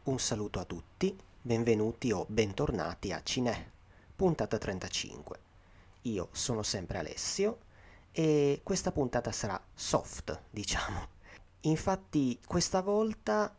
Un saluto a tutti, benvenuti o bentornati a Cinè, puntata 35. Io sono sempre Alessio e questa puntata sarà soft, diciamo. Infatti, questa volta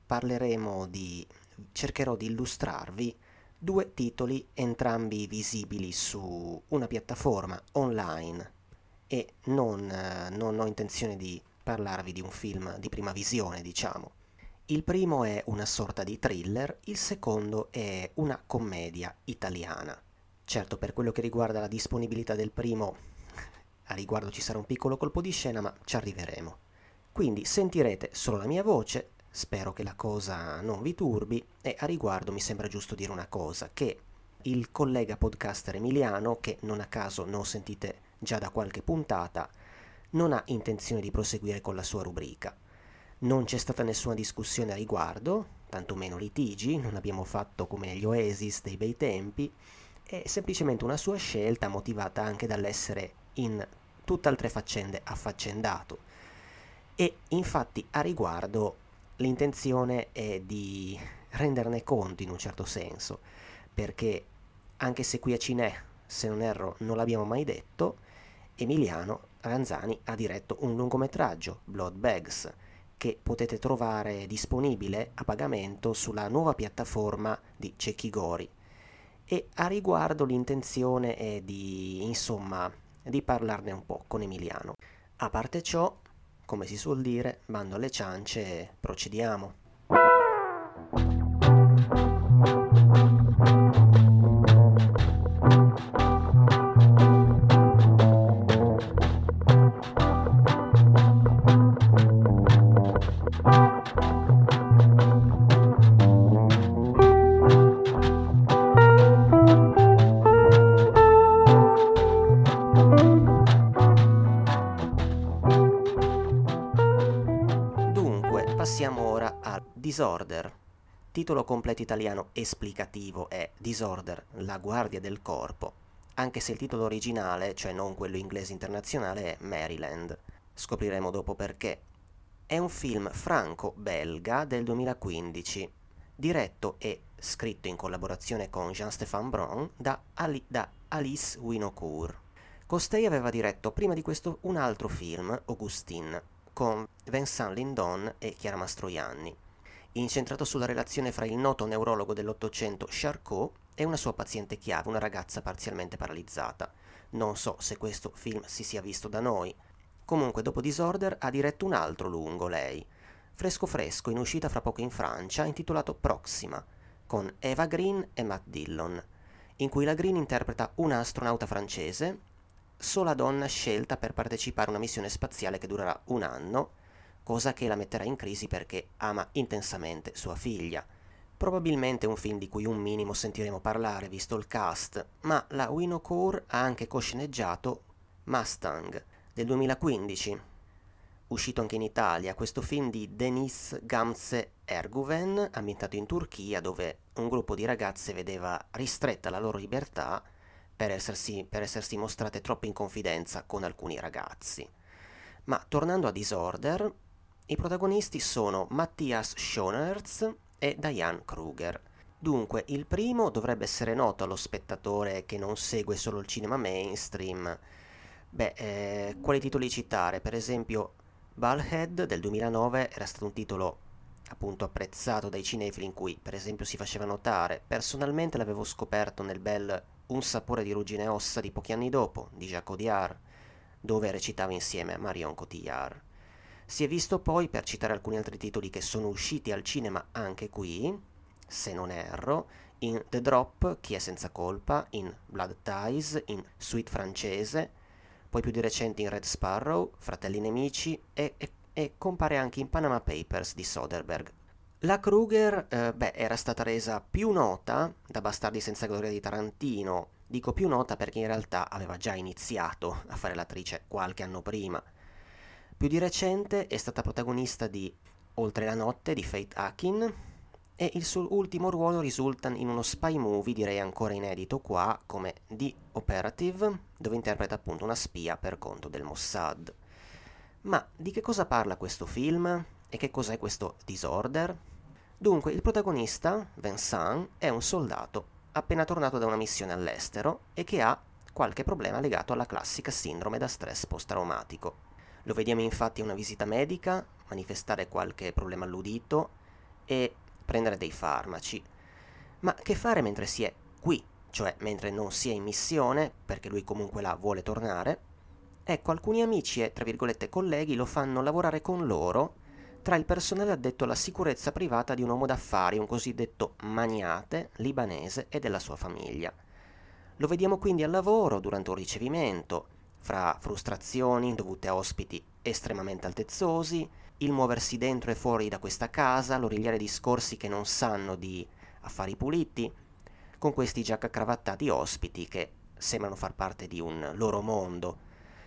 cercherò di illustrarvi due titoli, entrambi visibili su una piattaforma online e non ho intenzione di parlarvi di un film di prima visione, diciamo. Il primo è una sorta di thriller, il secondo è una commedia italiana. Certo, per quello che riguarda la disponibilità del primo, a riguardo ci sarà un piccolo colpo di scena, ma ci arriveremo. Quindi sentirete solo la mia voce, spero che la cosa non vi turbi, e a riguardo mi sembra giusto dire una cosa, che il collega podcaster Emiliano, che non a caso non sentite già da qualche puntata, non ha intenzione di proseguire con la sua rubrica. Non c'è stata nessuna discussione a riguardo, tantomeno litigi, non abbiamo fatto come negli Oasis dei bei tempi, è semplicemente una sua scelta motivata anche dall'essere in tutt'altre faccende affaccendato. E infatti a riguardo l'intenzione è di renderne conto in un certo senso, perché anche se qui a Cinè, se non erro, non l'abbiamo mai detto, Emiliano Ranzani ha diretto un lungometraggio, Blood Bags, che potete trovare disponibile a pagamento sulla nuova piattaforma di Cecchigori. E a riguardo l'intenzione è di parlarne un po' con Emiliano. A parte ciò, come si suol dire, bando alle ciance e procediamo. Dunque, passiamo ora a Disorder. Titolo completo italiano esplicativo è Disorder, la guardia del corpo, anche se il titolo originale, cioè non quello inglese internazionale, è Maryland. Scopriremo dopo perché. È un film franco-belga del 2015, diretto e scritto in collaborazione con Jean-Stéphane Brun da Alice Winocour. Costei aveva diretto prima di questo un altro film, Augustine, con Vincent Lindon e Chiara Mastroianni, incentrato sulla relazione fra il noto neurologo dell'Ottocento Charcot e una sua paziente chiave, una ragazza parzialmente paralizzata. Non so se questo film si sia visto da noi. Comunque, dopo Disorder ha diretto un altro lungo lei, fresco fresco, in uscita fra poco in Francia, intitolato Proxima, con Eva Green e Matt Dillon, in cui la Green interpreta una astronauta francese, sola donna scelta per partecipare a una missione spaziale che durerà un anno, cosa che la metterà in crisi perché ama intensamente sua figlia. Probabilmente un film di cui un minimo sentiremo parlare visto il cast, ma la Winocour ha anche cosceneggiato Mustang del 2015, uscito anche in Italia, questo film di Deniz Gamze Erguven, ambientato in Turchia, dove un gruppo di ragazze vedeva ristretta la loro libertà per essersi mostrate troppo in confidenza con alcuni ragazzi. Ma tornando a Disorder, i protagonisti sono Matthias Schoenaerts e Diane Kruger. Dunque, il primo dovrebbe essere noto allo spettatore che non segue solo il cinema mainstream. Quali titoli citare? Per esempio, Bullhead del 2009 era stato un titolo appunto apprezzato dai cinefili in cui, per esempio, si faceva notare. Personalmente l'avevo scoperto nel bel Un sapore di ruggine e ossa di pochi anni dopo, di Jacques Audiard, dove recitava insieme a Marion Cotillard. Si è visto poi, per citare alcuni altri titoli che sono usciti al cinema anche qui, se non erro, in The Drop, Chi è senza colpa, in Blood Ties, in Sweet francese, poi più di recente in Red Sparrow, Fratelli nemici e compare anche in Panama Papers di Soderbergh. La Kruger, era stata resa più nota da Bastardi senza gloria di Tarantino. Dico più nota perché in realtà aveva già iniziato a fare l'attrice qualche anno prima. Più di recente è stata protagonista di Oltre la notte di Faith Akin e il suo ultimo ruolo risulta in uno spy movie, direi ancora inedito qua, come The Operative, dove interpreta appunto una spia per conto del Mossad. Ma di che cosa parla questo film? E che cos'è questo Disorder? Dunque, il protagonista, Vincent, è un soldato appena tornato da una missione all'estero e che ha qualche problema legato alla classica sindrome da stress post-traumatico. Lo vediamo infatti a una visita medica, manifestare qualche problema all'udito e prendere dei farmaci. Ma che fare mentre si è qui, cioè mentre non si è in missione, perché lui comunque là vuole tornare? Ecco, alcuni amici e, tra virgolette, colleghi lo fanno lavorare con loro tra il personale addetto alla sicurezza privata di un uomo d'affari, un cosiddetto magnate libanese e della sua famiglia. Lo vediamo quindi al lavoro durante un ricevimento, fra frustrazioni dovute a ospiti estremamente altezzosi, il muoversi dentro e fuori da questa casa, l'origliare discorsi che non sanno di affari puliti, con questi giacca-cravattati ospiti che sembrano far parte di un loro mondo.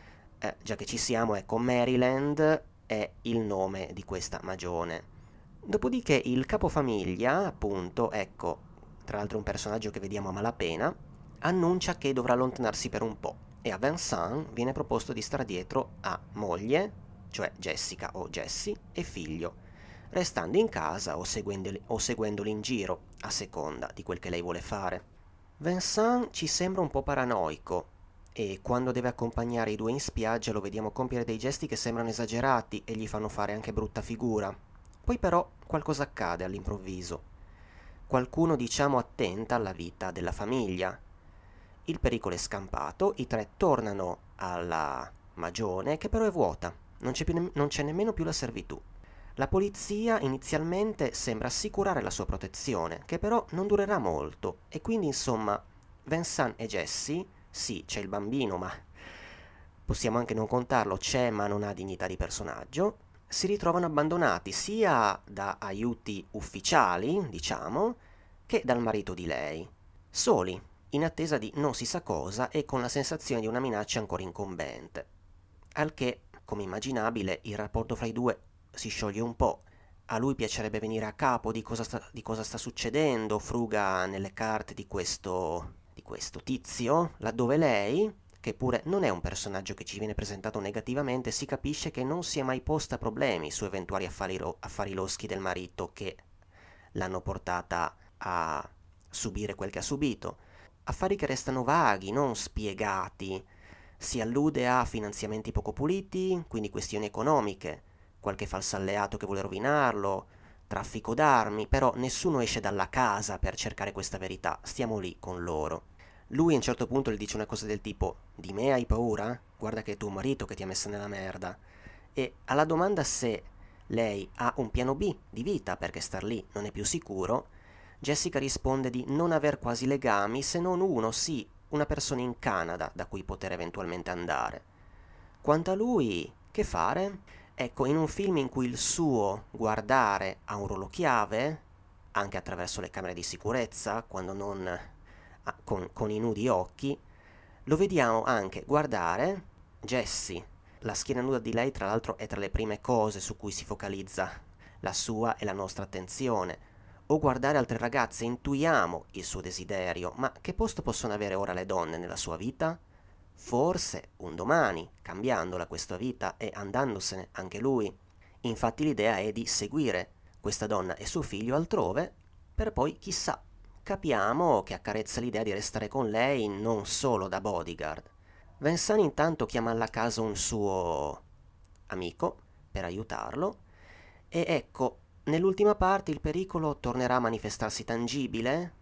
Già che ci siamo, ecco, Maryland è il nome di questa magione. Dopodiché il capofamiglia, appunto, ecco, tra l'altro un personaggio che vediamo a malapena, annuncia che dovrà allontanarsi per un po' e a Vincent viene proposto di stare dietro a moglie, cioè Jessica o Jessie, e figlio, restando in casa o seguendoli in giro, a seconda di quel che lei vuole fare. Vincent ci sembra un po' paranoico e quando deve accompagnare i due in spiaggia lo vediamo compiere dei gesti che sembrano esagerati e gli fanno fare anche brutta figura. Poi però qualcosa accade all'improvviso. Qualcuno, diciamo, attenta alla vita della famiglia. Il pericolo è scampato, i tre tornano alla magione che però è vuota, non c'è nemmeno più la servitù. La polizia inizialmente sembra assicurare la sua protezione, che però non durerà molto, e quindi insomma Vincent e Jessie, sì, c'è il bambino, ma possiamo anche non contarlo, c'è ma non ha dignità di personaggio, si ritrovano abbandonati sia da aiuti ufficiali, diciamo, che dal marito di lei, soli, in attesa di non si sa cosa e con la sensazione di una minaccia ancora incombente. Al che, come immaginabile, il rapporto fra i due si scioglie un po'. A lui piacerebbe venire a capo di cosa sta succedendo, fruga nelle carte di questo tizio, laddove lei, che pure non è un personaggio che ci viene presentato negativamente, si capisce che non si è mai posta problemi su eventuali affari loschi del marito che l'hanno portata a subire quel che ha subito. Affari che restano vaghi, non spiegati. Si allude a finanziamenti poco puliti, quindi questioni economiche, qualche falso alleato che vuole rovinarlo, traffico d'armi, però nessuno esce dalla casa per cercare questa verità, stiamo lì con loro. Lui a un certo punto gli dice una cosa del tipo: di me hai paura? Guarda che è tuo marito che ti ha messa nella merda. E alla domanda se lei ha un piano B di vita perché star lì non è più sicuro, Jessica risponde di non aver quasi legami se non uno, sì, una persona in Canada da cui poter eventualmente andare. Quanto a lui, che fare? Ecco, in un film in cui il suo guardare ha un ruolo chiave, anche attraverso le camere di sicurezza, quando non con i nudi occhi, lo vediamo anche guardare Jessie. La schiena nuda di lei, tra l'altro, è tra le prime cose su cui si focalizza la sua e la nostra attenzione. O guardare altre ragazze, intuiamo il suo desiderio, ma che posto possono avere ora le donne nella sua vita? Forse un domani, cambiandola questa vita e andandosene anche lui. Infatti l'idea è di seguire questa donna e suo figlio altrove, per poi, chissà, capiamo che accarezza l'idea di restare con lei non solo da bodyguard. Vincent intanto chiama alla casa un suo amico per aiutarlo e ecco, nell'ultima parte il pericolo tornerà a manifestarsi tangibile.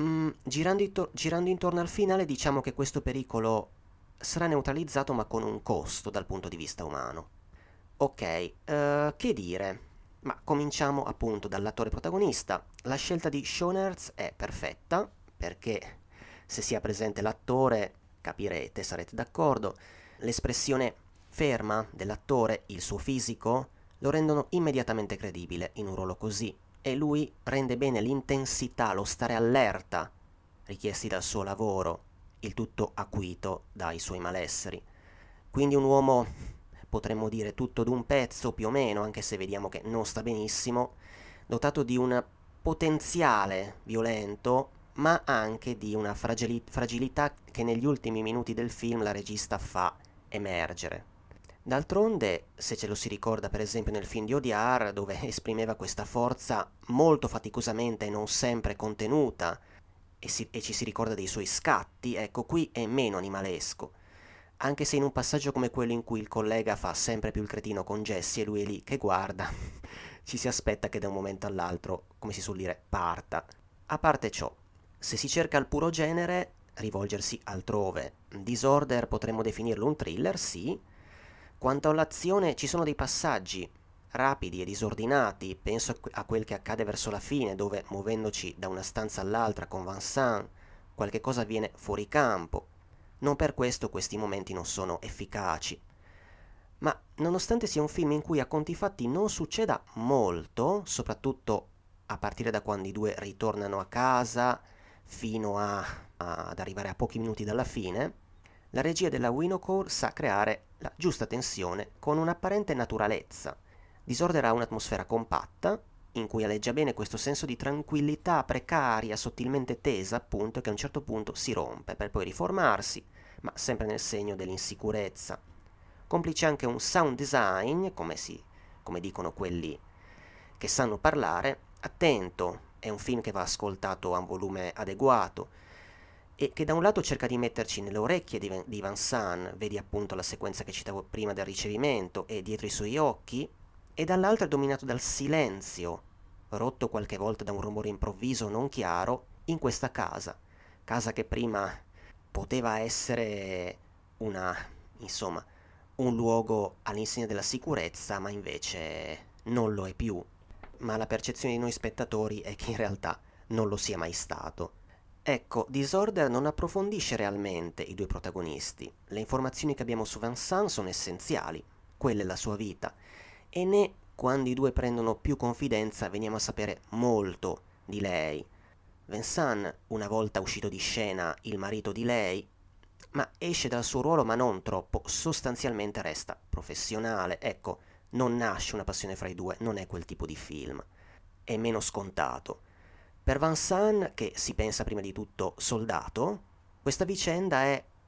Girando intorno al finale diciamo che questo pericolo sarà neutralizzato ma con un costo dal punto di vista umano. Ok, che dire? Ma cominciamo appunto dall'attore protagonista. La scelta di Sean Hertz è perfetta perché se sia presente l'attore capirete, sarete d'accordo. L'espressione ferma dell'attore, il suo fisico, lo rendono immediatamente credibile in un ruolo così e lui rende bene l'intensità, lo stare allerta richiesti dal suo lavoro, il tutto acuito dai suoi malesseri. Quindi un uomo, potremmo dire, tutto d'un pezzo più o meno, anche se vediamo che non sta benissimo, dotato di un potenziale violento, ma anche di una fragilità che negli ultimi minuti del film la regista fa emergere. D'altronde, se ce lo si ricorda per esempio nel film di Odiar, dove esprimeva questa forza molto faticosamente e non sempre contenuta, e ci si ricorda dei suoi scatti, ecco, qui è meno animalesco. Anche se in un passaggio come quello in cui il collega fa sempre più il cretino con Jessie e lui è lì che guarda, ci si aspetta che da un momento all'altro, come si suol dire, parta. A parte ciò, se si cerca il puro genere, rivolgersi altrove. Disorder potremmo definirlo un thriller, sì. Quanto all'azione, ci sono dei passaggi rapidi e disordinati, penso a quel che accade verso la fine, dove muovendoci da una stanza all'altra con Vincent, qualche cosa avviene fuori campo. Non per questo questi momenti non sono efficaci. Ma nonostante sia un film in cui a conti fatti non succeda molto, soprattutto a partire da quando i due ritornano a casa fino ad arrivare a pochi minuti dalla fine, la regia della Winocour sa creare la giusta tensione con un'apparente naturalezza. Disorder ha un'atmosfera compatta, in cui aleggia bene questo senso di tranquillità precaria, sottilmente tesa, appunto, che a un certo punto si rompe per poi riformarsi, ma sempre nel segno dell'insicurezza. Complice anche un sound design, come dicono quelli che sanno parlare, attento, è un film che va ascoltato a un volume adeguato e che da un lato cerca di metterci nelle orecchie di Van San, vedi appunto la sequenza che citavo prima del ricevimento e dietro i suoi occhi, e dall'altro è dominato dal silenzio, rotto qualche volta da un rumore improvviso non chiaro, in questa casa che prima poteva essere una, insomma, un luogo all'insegna della sicurezza, ma invece non lo è più. Ma la percezione di noi spettatori è che in realtà non lo sia mai stato. Ecco, Disorder non approfondisce realmente i due protagonisti. Le informazioni che abbiamo su Vincent sono essenziali, quella è la sua vita, e né quando i due prendono più confidenza veniamo a sapere molto di lei. Vincent, una volta uscito di scena il marito di lei, ma esce dal suo ruolo ma non troppo, sostanzialmente resta professionale, ecco, non nasce una passione fra i due, non è quel tipo di film, è meno scontato. Per Van San, che si pensa prima di tutto soldato, questa vicenda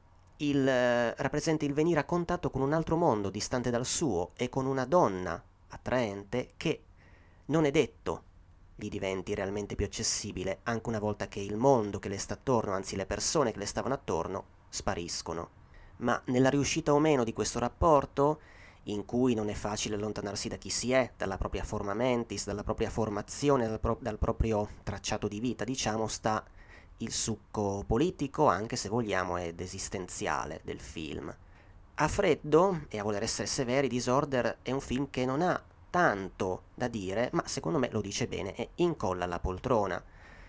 rappresenta il venire a contatto con un altro mondo distante dal suo e con una donna attraente che non è detto gli diventi realmente più accessibile anche una volta che il mondo che le sta attorno, anzi le persone che le stavano attorno, spariscono. Ma nella riuscita o meno di questo rapporto, in cui non è facile allontanarsi da chi si è, dalla propria forma mentis, dalla propria formazione, dal proprio tracciato di vita, diciamo, sta il succo politico, anche se vogliamo, ed esistenziale del film. A freddo, e a voler essere severi, Disorder è un film che non ha tanto da dire, ma secondo me lo dice bene e incolla alla poltrona,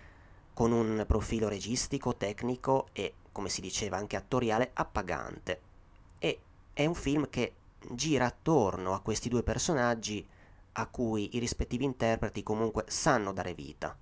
con un profilo registico, tecnico e, come si diceva, anche attoriale appagante. E è un film che gira attorno a questi due personaggi a cui i rispettivi interpreti comunque sanno dare vita.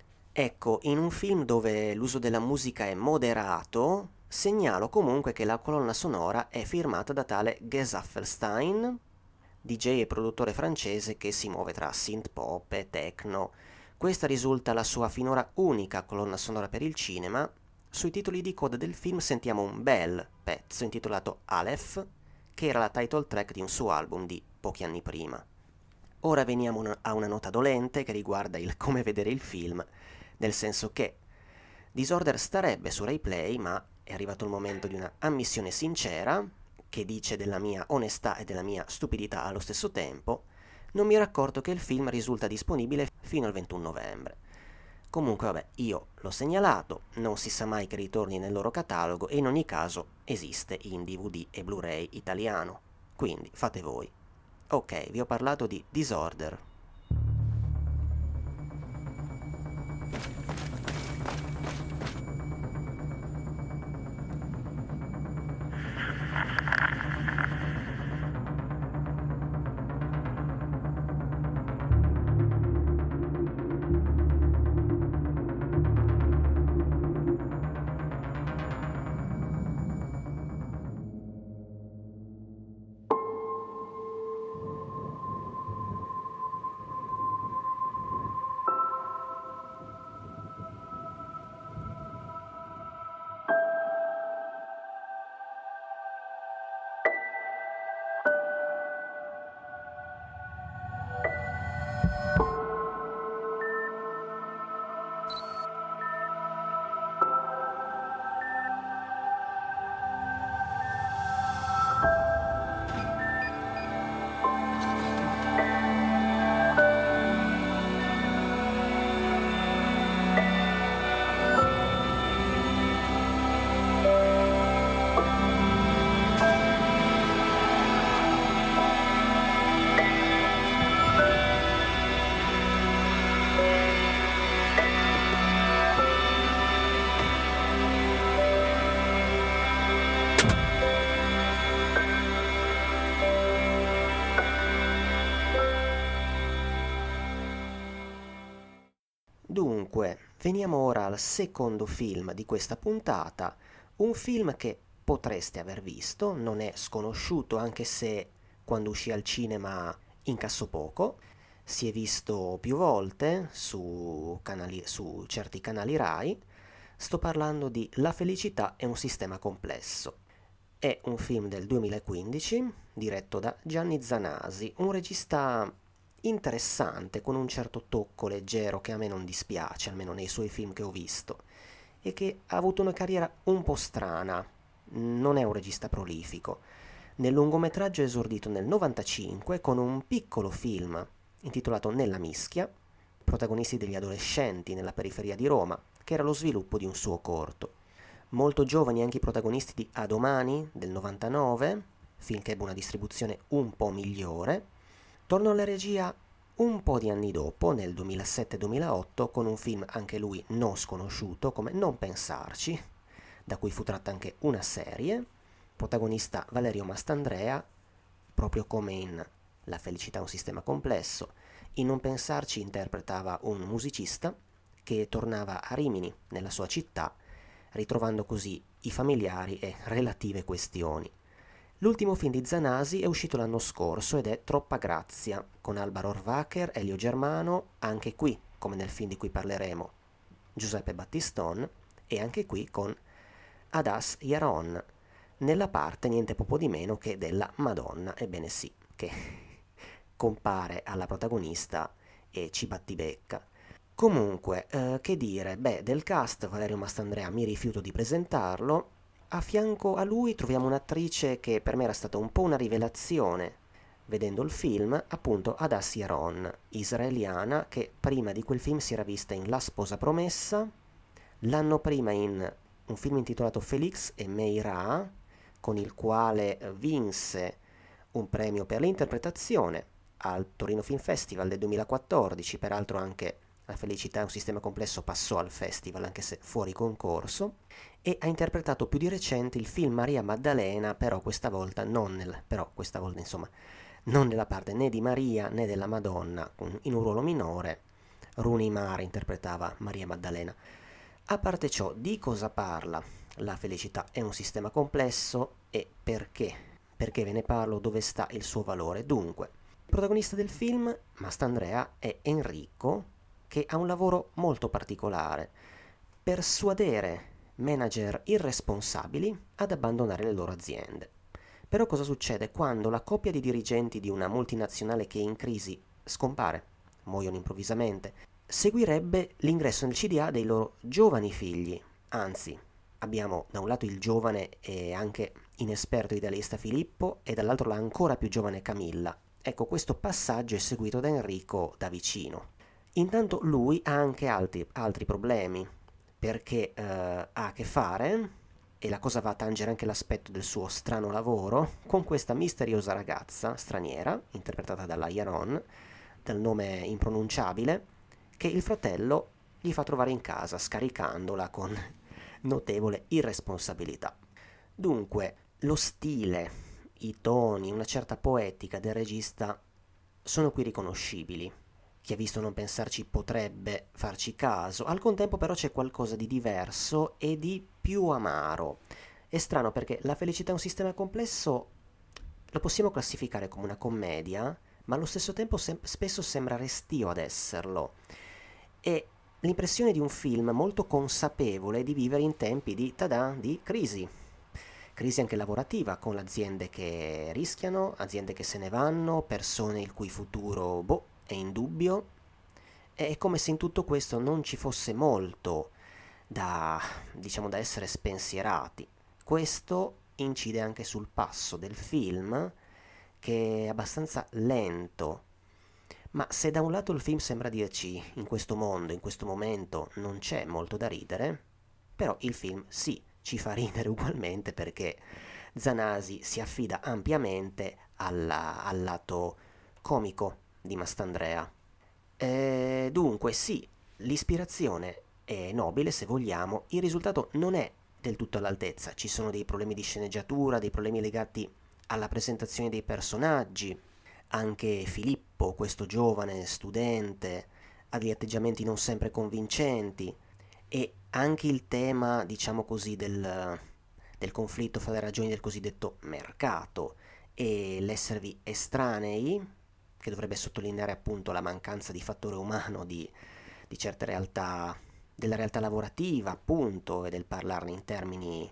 Ecco, in un film dove l'uso della musica è moderato, segnalo comunque che la colonna sonora è firmata da tale Gesaffelstein, DJ e produttore francese che si muove tra synth pop e techno. Questa risulta la sua finora unica colonna sonora per il cinema. Sui titoli di coda del film sentiamo un bel pezzo intitolato Aleph, che era la title track di un suo album di pochi anni prima. Ora veniamo a una nota dolente che riguarda il come vedere il film, nel senso che Disorder starebbe su Rai Play, ma è arrivato il momento di una ammissione sincera, che dice della mia onestà e della mia stupidità allo stesso tempo. Non mi ero accorto che il film risulta disponibile fino al 21 novembre. Comunque, vabbè, io l'ho segnalato, non si sa mai che ritorni nel loro catalogo e in ogni caso esiste in DVD e Blu-ray italiano. Quindi fate voi. Ok, vi ho parlato di Disorder. Dunque, veniamo ora al secondo film di questa puntata, un film che potreste aver visto, non è sconosciuto anche se quando uscì al cinema incassò poco, si è visto più volte su certi canali Rai. Sto parlando di La felicità è un sistema complesso. È un film del 2015 diretto da Gianni Zanasi, un regista interessante con un certo tocco leggero che a me non dispiace, almeno nei suoi film che ho visto, e che ha avuto una carriera un po' strana. Non è un regista prolifico. Nel lungometraggio è esordito nel 95 con un piccolo film intitolato Nella mischia, protagonisti degli adolescenti nella periferia di Roma, che era lo sviluppo di un suo corto. Molto giovani anche i protagonisti di A domani del 99, film che ebbe una distribuzione un po' migliore. Tornò alla regia un po' di anni dopo, nel 2007-2008, con un film anche lui non sconosciuto come Non pensarci, da cui fu tratta anche una serie, protagonista Valerio Mastandrea, proprio come in La felicità è un sistema complesso. In Non pensarci interpretava un musicista che tornava a Rimini, nella sua città, ritrovando così i familiari e relative questioni. L'ultimo film di Zanasi è uscito l'anno scorso ed è Troppa grazia, con Alba Rohrwacher, Elio Germano, anche qui, come nel film di cui parleremo, Giuseppe Battiston, e anche qui con Adas Yaron, nella parte niente poco di meno che della Madonna, ebbene sì, che compare alla protagonista e ci battibecca. Comunque, che dire, del cast Valerio Mastandrea mi rifiuto di presentarlo. A fianco a lui troviamo un'attrice che per me era stata un po' una rivelazione vedendo il film, appunto Adas Yaron, israeliana, che prima di quel film si era vista in La sposa promessa, l'anno prima in un film intitolato Felix e Meira, con il quale vinse un premio per l'interpretazione al Torino Film Festival del 2014, peraltro anche La felicità è un sistema complesso passò al festival anche se fuori concorso, e ha interpretato più di recente il film Maria Maddalena, però questa volta insomma non nella parte né di Maria né della Madonna, in un ruolo minore. Rooney Mara interpretava Maria Maddalena. A parte ciò, di cosa parla La felicità è un sistema complesso e perché? Perché ve ne parlo, dove sta il suo valore? Dunque, il protagonista del film, Mastandrea, è Enrico, che ha un lavoro molto particolare: persuadere manager irresponsabili ad abbandonare le loro aziende. Però cosa succede quando la coppia di dirigenti di una multinazionale che è in crisi scompare, muoiono improvvisamente? Seguirebbe l'ingresso nel CDA dei loro giovani figli. Anzi, abbiamo da un lato il giovane e anche inesperto idealista Filippo e dall'altro la ancora più giovane Camilla. Ecco, questo passaggio è seguito da Enrico da vicino. Intanto lui ha anche altri problemi, perché ha a che fare, e la cosa va a tangere anche l'aspetto del suo strano lavoro, con questa misteriosa ragazza straniera, interpretata dalla Yaron, dal nome impronunciabile, che il fratello gli fa trovare in casa, scaricandola con notevole irresponsabilità. Dunque, lo stile, i toni, una certa poetica del regista sono qui riconoscibili. Chi ha visto Non pensarci potrebbe farci caso, al contempo però c'è qualcosa di diverso e di più amaro. È strano perché La felicità è un sistema complesso lo possiamo classificare come una commedia, ma allo stesso tempo spesso sembra restio ad esserlo. È l'impressione di un film molto consapevole di vivere in tempi di crisi. Crisi anche lavorativa, con aziende che rischiano, aziende che se ne vanno, persone il cui futuro, è in dubbio. È come se in tutto questo non ci fosse molto da essere spensierati. Questo incide anche sul passo del film, che è abbastanza lento. Ma se da un lato il film sembra dirci in questo mondo, in questo momento non c'è molto da ridere, però il film sì, ci fa ridere ugualmente perché Zanasi si affida ampiamente al lato comico di Mastandrea. Dunque sì, l'ispirazione è nobile se vogliamo, il risultato non è del tutto all'altezza, ci sono dei problemi di sceneggiatura, dei problemi legati alla presentazione dei personaggi. Anche Filippo, questo giovane studente, ha degli atteggiamenti non sempre convincenti, e anche il tema, diciamo così, del conflitto fra le ragioni del cosiddetto mercato e l'esservi estranei, che dovrebbe sottolineare appunto la mancanza di fattore umano di certe realtà, della realtà lavorativa appunto, e del parlarne in termini,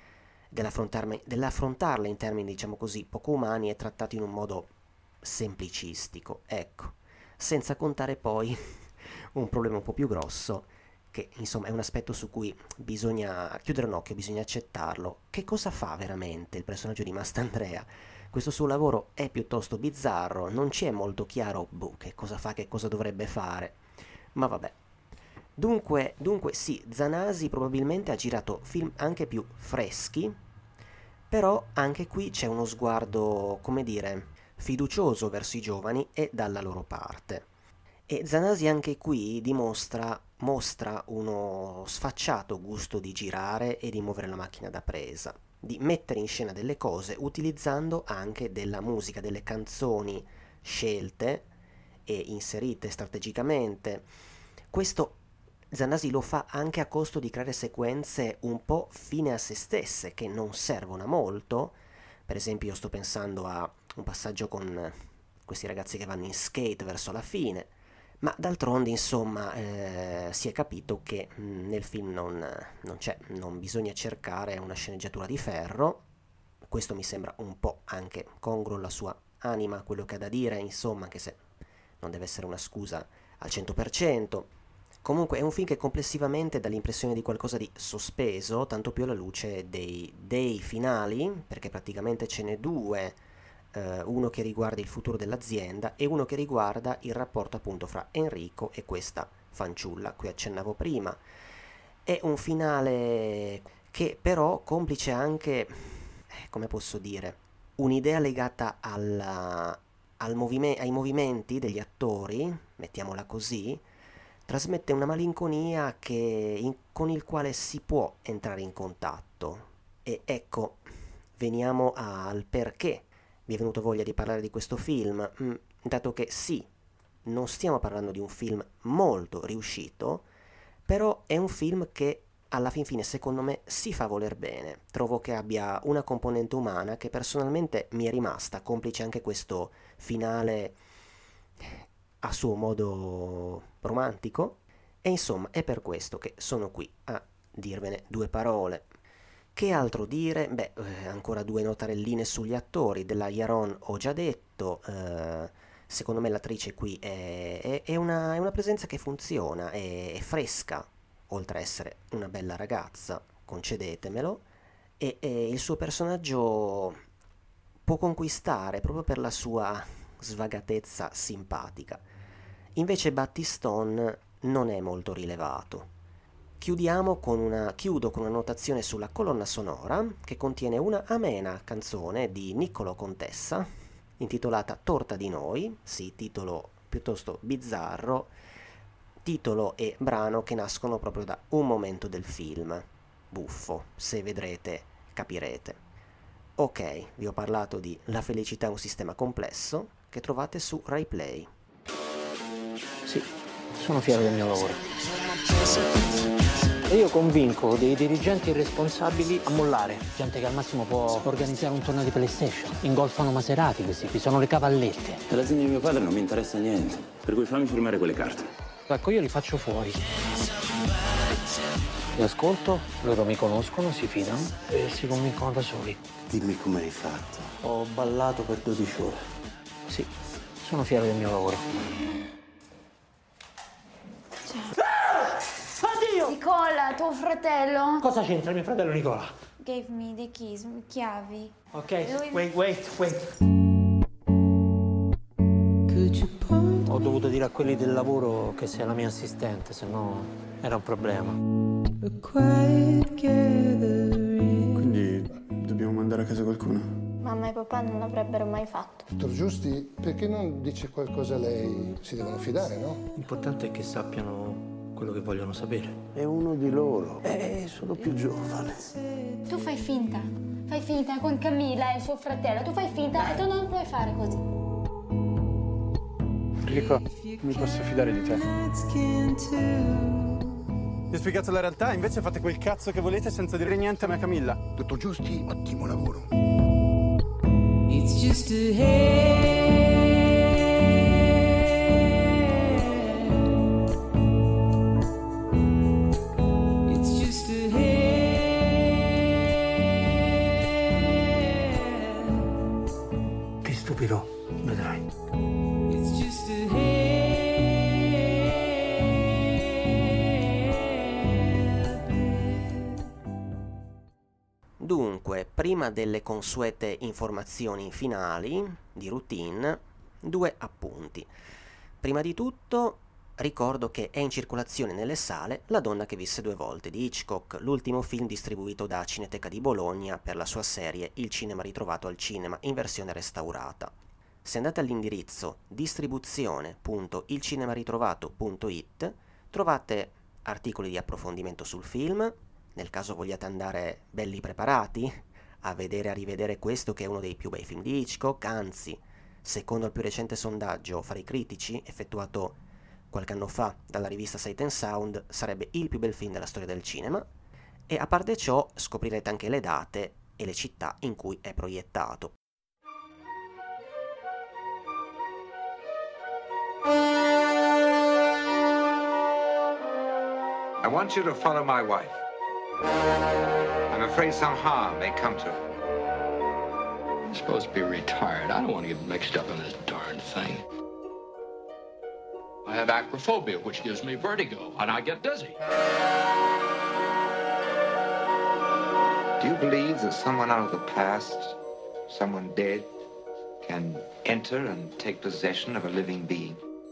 dell'affrontarle in termini, diciamo così, poco umani e trattati in un modo semplicistico, ecco, senza contare poi un problema un po' più grosso, che insomma è un aspetto su cui bisogna chiudere un occhio, bisogna accettarlo. Che cosa fa veramente il personaggio di Mastandrea? Questo suo lavoro è piuttosto bizzarro, non ci è molto chiaro che cosa fa, che cosa dovrebbe fare, ma vabbè. Dunque sì, Zanasi probabilmente ha girato film anche più freschi, però anche qui c'è uno sguardo, come dire, fiducioso verso i giovani e dalla loro parte. E Zanasi anche qui mostra uno sfacciato gusto di girare e di muovere la macchina da presa, di mettere in scena delle cose utilizzando anche della musica, delle canzoni scelte e inserite strategicamente. Questo Zanasi lo fa anche a costo di creare sequenze un po' fine a se stesse, che non servono a molto. Per esempio, io sto pensando a un passaggio con questi ragazzi che vanno in skate verso la fine, ma d'altronde, insomma, si è capito che nel film non bisogna cercare una sceneggiatura di ferro. Questo mi sembra un po' anche congruo alla sua anima, quello che ha da dire, insomma, anche se non deve essere una scusa al 100%. Comunque è un film che complessivamente dà l'impressione di qualcosa di sospeso, tanto più alla luce dei finali, perché praticamente ce n'è due, uno che riguarda il futuro dell'azienda e uno che riguarda il rapporto appunto fra Enrico e questa fanciulla a cui accennavo prima. È un finale che però complice anche, come posso dire, un'idea legata ai movimenti degli attori, mettiamola così, trasmette una malinconia con il quale si può entrare in contatto. E ecco, veniamo al perché mi è venuto voglia di parlare di questo film, dato che sì, non stiamo parlando di un film molto riuscito, però è un film che alla fin fine secondo me si fa voler bene. Trovo che abbia una componente umana che personalmente mi è rimasta, complice anche questo finale a suo modo romantico, e insomma è per questo che sono qui a dirvene due parole. Che altro dire? Beh, ancora due notarelline sugli attori. Della Yaron ho già detto, secondo me l'attrice qui è una presenza che funziona, è fresca, oltre a essere una bella ragazza, concedetemelo, e il suo personaggio può conquistare proprio per la sua svagatezza simpatica. Invece Battistone non è molto rilevato. Chiudo con una notazione sulla colonna sonora che contiene una amena canzone di Niccolò Contessa intitolata Torta di noi, sì, titolo piuttosto bizzarro, titolo e brano che nascono proprio da un momento del film. Buffo, se vedrete capirete. Ok, vi ho parlato di La felicità è un sistema complesso che trovate su RaiPlay. Sì, sono fiero del mio lavoro. E io convinco dei dirigenti responsabili a mollare. Gente che al massimo può organizzare un torneo di PlayStation. Ingolfano Maserati questi qui, sono le cavallette. Dell'azienda di mio padre non mi interessa niente, per cui fammi firmare quelle carte. Ecco, io li faccio fuori. Li ascolto, loro mi conoscono, si fidano e si convincono da soli. Dimmi come hai fatto. Ho ballato per 12 ore. Sì, sono fiero del mio lavoro. Oddio! Nicola, tuo fratello Cosa c'entra mio fratello Nicola? gave me the keys, chiavi. Ok, wait. Ho dovuto dire a quelli del lavoro che sei la mia assistente, se no era un problema. Quindi dobbiamo mandare a casa qualcuno? Mamma e papà non l'avrebbero mai fatto. Dottor Giusti, perché non dice qualcosa a lei? Si devono fidare, no? L'importante è che sappiano quello che vogliono sapere. È uno di loro. È solo più giovane. Tu fai finta con Camilla e suo fratello. Tu fai finta e tu non puoi fare così. supplico, mi posso fidare di te. Vi ho spiegato la realtà, invece fate quel cazzo che volete senza dire niente a me, Camilla. Dottor Giusti, ottimo lavoro. It's just a Vedrai. Dunque, prima delle consuete informazioni finali di routine, 2 appunti. Prima di tutto, ricordo che è in circolazione nelle sale La donna che visse 2 volte di Hitchcock, l'ultimo film distribuito da Cineteca di Bologna per la sua serie Il cinema ritrovato al cinema in versione restaurata. Se andate all'indirizzo distribuzione.ilcinemaritrovato.it trovate articoli di approfondimento sul film, nel caso vogliate andare belli preparati a vedere e a rivedere questo che è uno dei più bei film di Hitchcock, anzi, secondo il più recente sondaggio fra i critici effettuato qualche anno fa dalla rivista Sight and Sound, sarebbe il più bel film della storia del cinema, e a parte ciò scoprirete anche le date e le città in cui è proiettato. I want you to follow my wife. I'm afraid some harm may come to her. I'm supposed to be retired. I don't want to get mixed up in this darn thing. I have acrophobia, which gives me vertigo, and I get dizzy. Do you believe that someone out of the past, someone dead, can enter and take possession of a living being?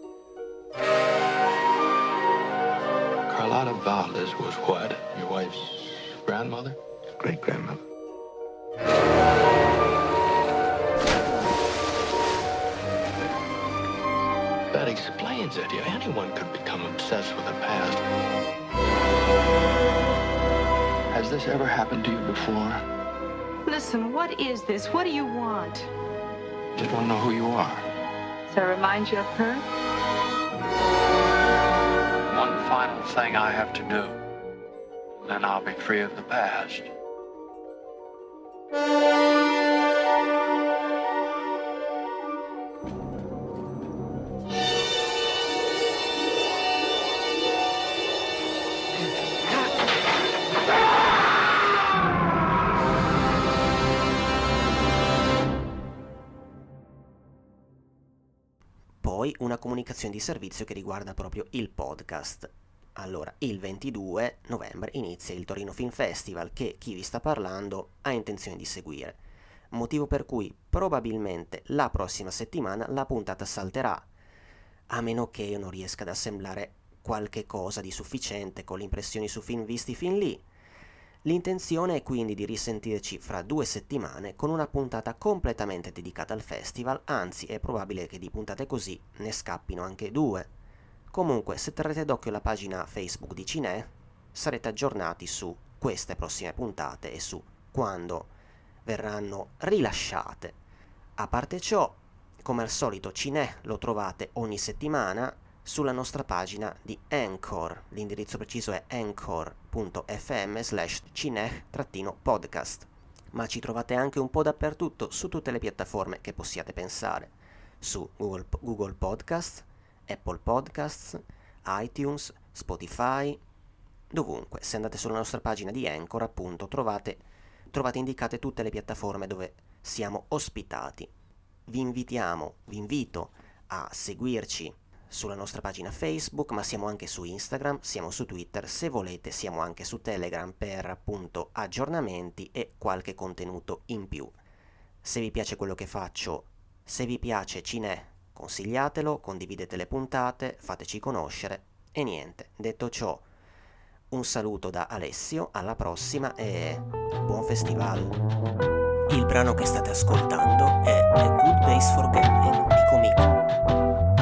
Carlotta Valdez was what? Your wife's grandmother? Great-grandmother. That explains it. Anyone could become obsessed with the past. Has this ever happened to you before? Listen, what is this? What do you want? Just want to know who you are. Does that remind you of her? One final thing I have to do. Then I'll be free of the past. Poi una comunicazione di servizio che riguarda proprio il podcast. Allora, il 22 novembre inizia il Torino Film Festival che chi vi sta parlando ha intenzione di seguire, motivo per cui probabilmente la prossima settimana la puntata salterà, a meno che io non riesca ad assemblare qualche cosa di sufficiente con le impressioni su film visti fin lì. L'intenzione è quindi di risentirci fra 2 settimane con una puntata completamente dedicata al festival, anzi è probabile che di puntate così ne scappino anche 2. Comunque, se terrete d'occhio la pagina Facebook di Cinè, sarete aggiornati su queste prossime puntate e su quando verranno rilasciate. A parte ciò, come al solito Cinè lo trovate ogni settimana sulla nostra pagina di Anchor. L'indirizzo preciso è anchor.fm/cinè-podcast. Ma ci trovate anche un po' dappertutto, su tutte le piattaforme che possiate pensare. Su Google Podcast, Apple Podcasts, iTunes, Spotify, dovunque. Se andate sulla nostra pagina di Anchor, appunto, trovate indicate tutte le piattaforme dove siamo ospitati. Vi invito a seguirci sulla nostra pagina Facebook, ma siamo anche su Instagram, siamo su Twitter, se volete siamo anche su Telegram per appunto aggiornamenti e qualche contenuto in più. Se vi piace quello che faccio, se vi piace Cinè, consigliatelo, condividete le puntate, fateci conoscere e niente, detto ciò, un saluto da Alessio, alla prossima e buon festival! Il brano che state ascoltando è A Good Base for Gambling di Comico.